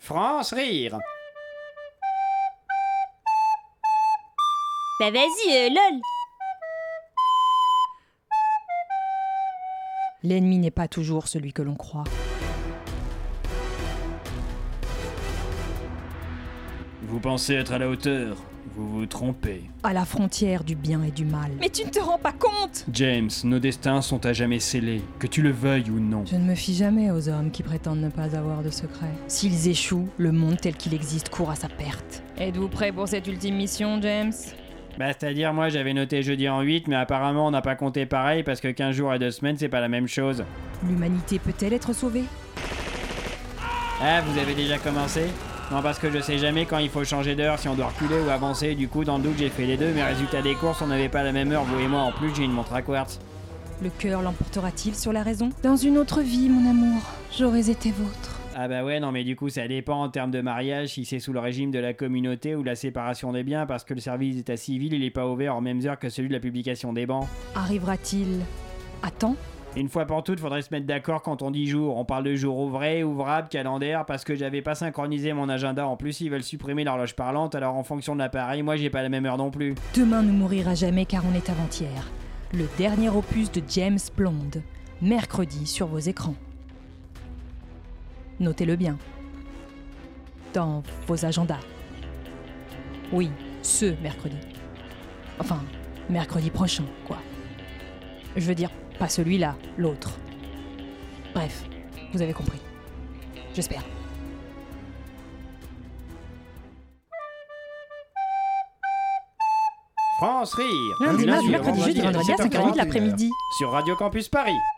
France rire. Bah vas-y, lol. L'ennemi n'est pas toujours celui que l'on croit. Vous pensez être à la hauteur, vous vous trompez. À la frontière du bien et du mal. Mais tu ne te rends pas compte? James, nos destins sont à jamais scellés, que tu le veuilles ou non. Je ne me fie jamais aux hommes qui prétendent ne pas avoir de secret. S'ils échouent, le monde tel qu'il existe court à sa perte. Êtes-vous prêt pour cette ultime mission, James? Bah c'est-à-dire moi j'avais noté jeudi en 8, mais apparemment on n'a pas compté pareil parce que 15 jours et 2 semaines c'est pas la même chose. L'humanité peut-elle être sauvée? Ah, vous avez déjà commencé? Non, parce que je sais jamais quand il faut changer d'heure, si on doit reculer ou avancer, du coup dans le doute j'ai fait les deux, mais résultat des courses on n'avait pas la même heure, vous et moi, en plus j'ai une montre à quartz. Le cœur l'emportera-t-il sur la raison? Dans une autre vie, mon amour, j'aurais été vôtre. Ah bah ouais, non mais du coup ça dépend en termes de mariage, si c'est sous le régime de la communauté ou la séparation des biens, parce que le service d'état civil il est pas ouvert en mêmes heures que celui de la publication des bans. Arrivera-t-il à temps? Une fois pour toutes, faudrait se mettre d'accord quand on dit jour. On parle de jour ouvré, ouvrable, calendaire, parce que j'avais pas synchronisé mon agenda. En plus, ils veulent supprimer l'horloge parlante, alors en fonction de l'appareil, moi j'ai pas la même heure non plus. Demain ne mourira jamais car on est avant-hier. Le dernier opus de James Blonde. Mercredi sur vos écrans. Notez-le bien. Dans vos agendas. Oui, ce mercredi. Enfin, mercredi prochain, quoi. Je veux dire, pas celui-là, l'autre. Bref, vous avez compris. J'espère. France Rire. Lundi, mardi, au mercredi, jeudi, vendredi à 5h30 de l'après-midi. Sur Radio Campus Paris.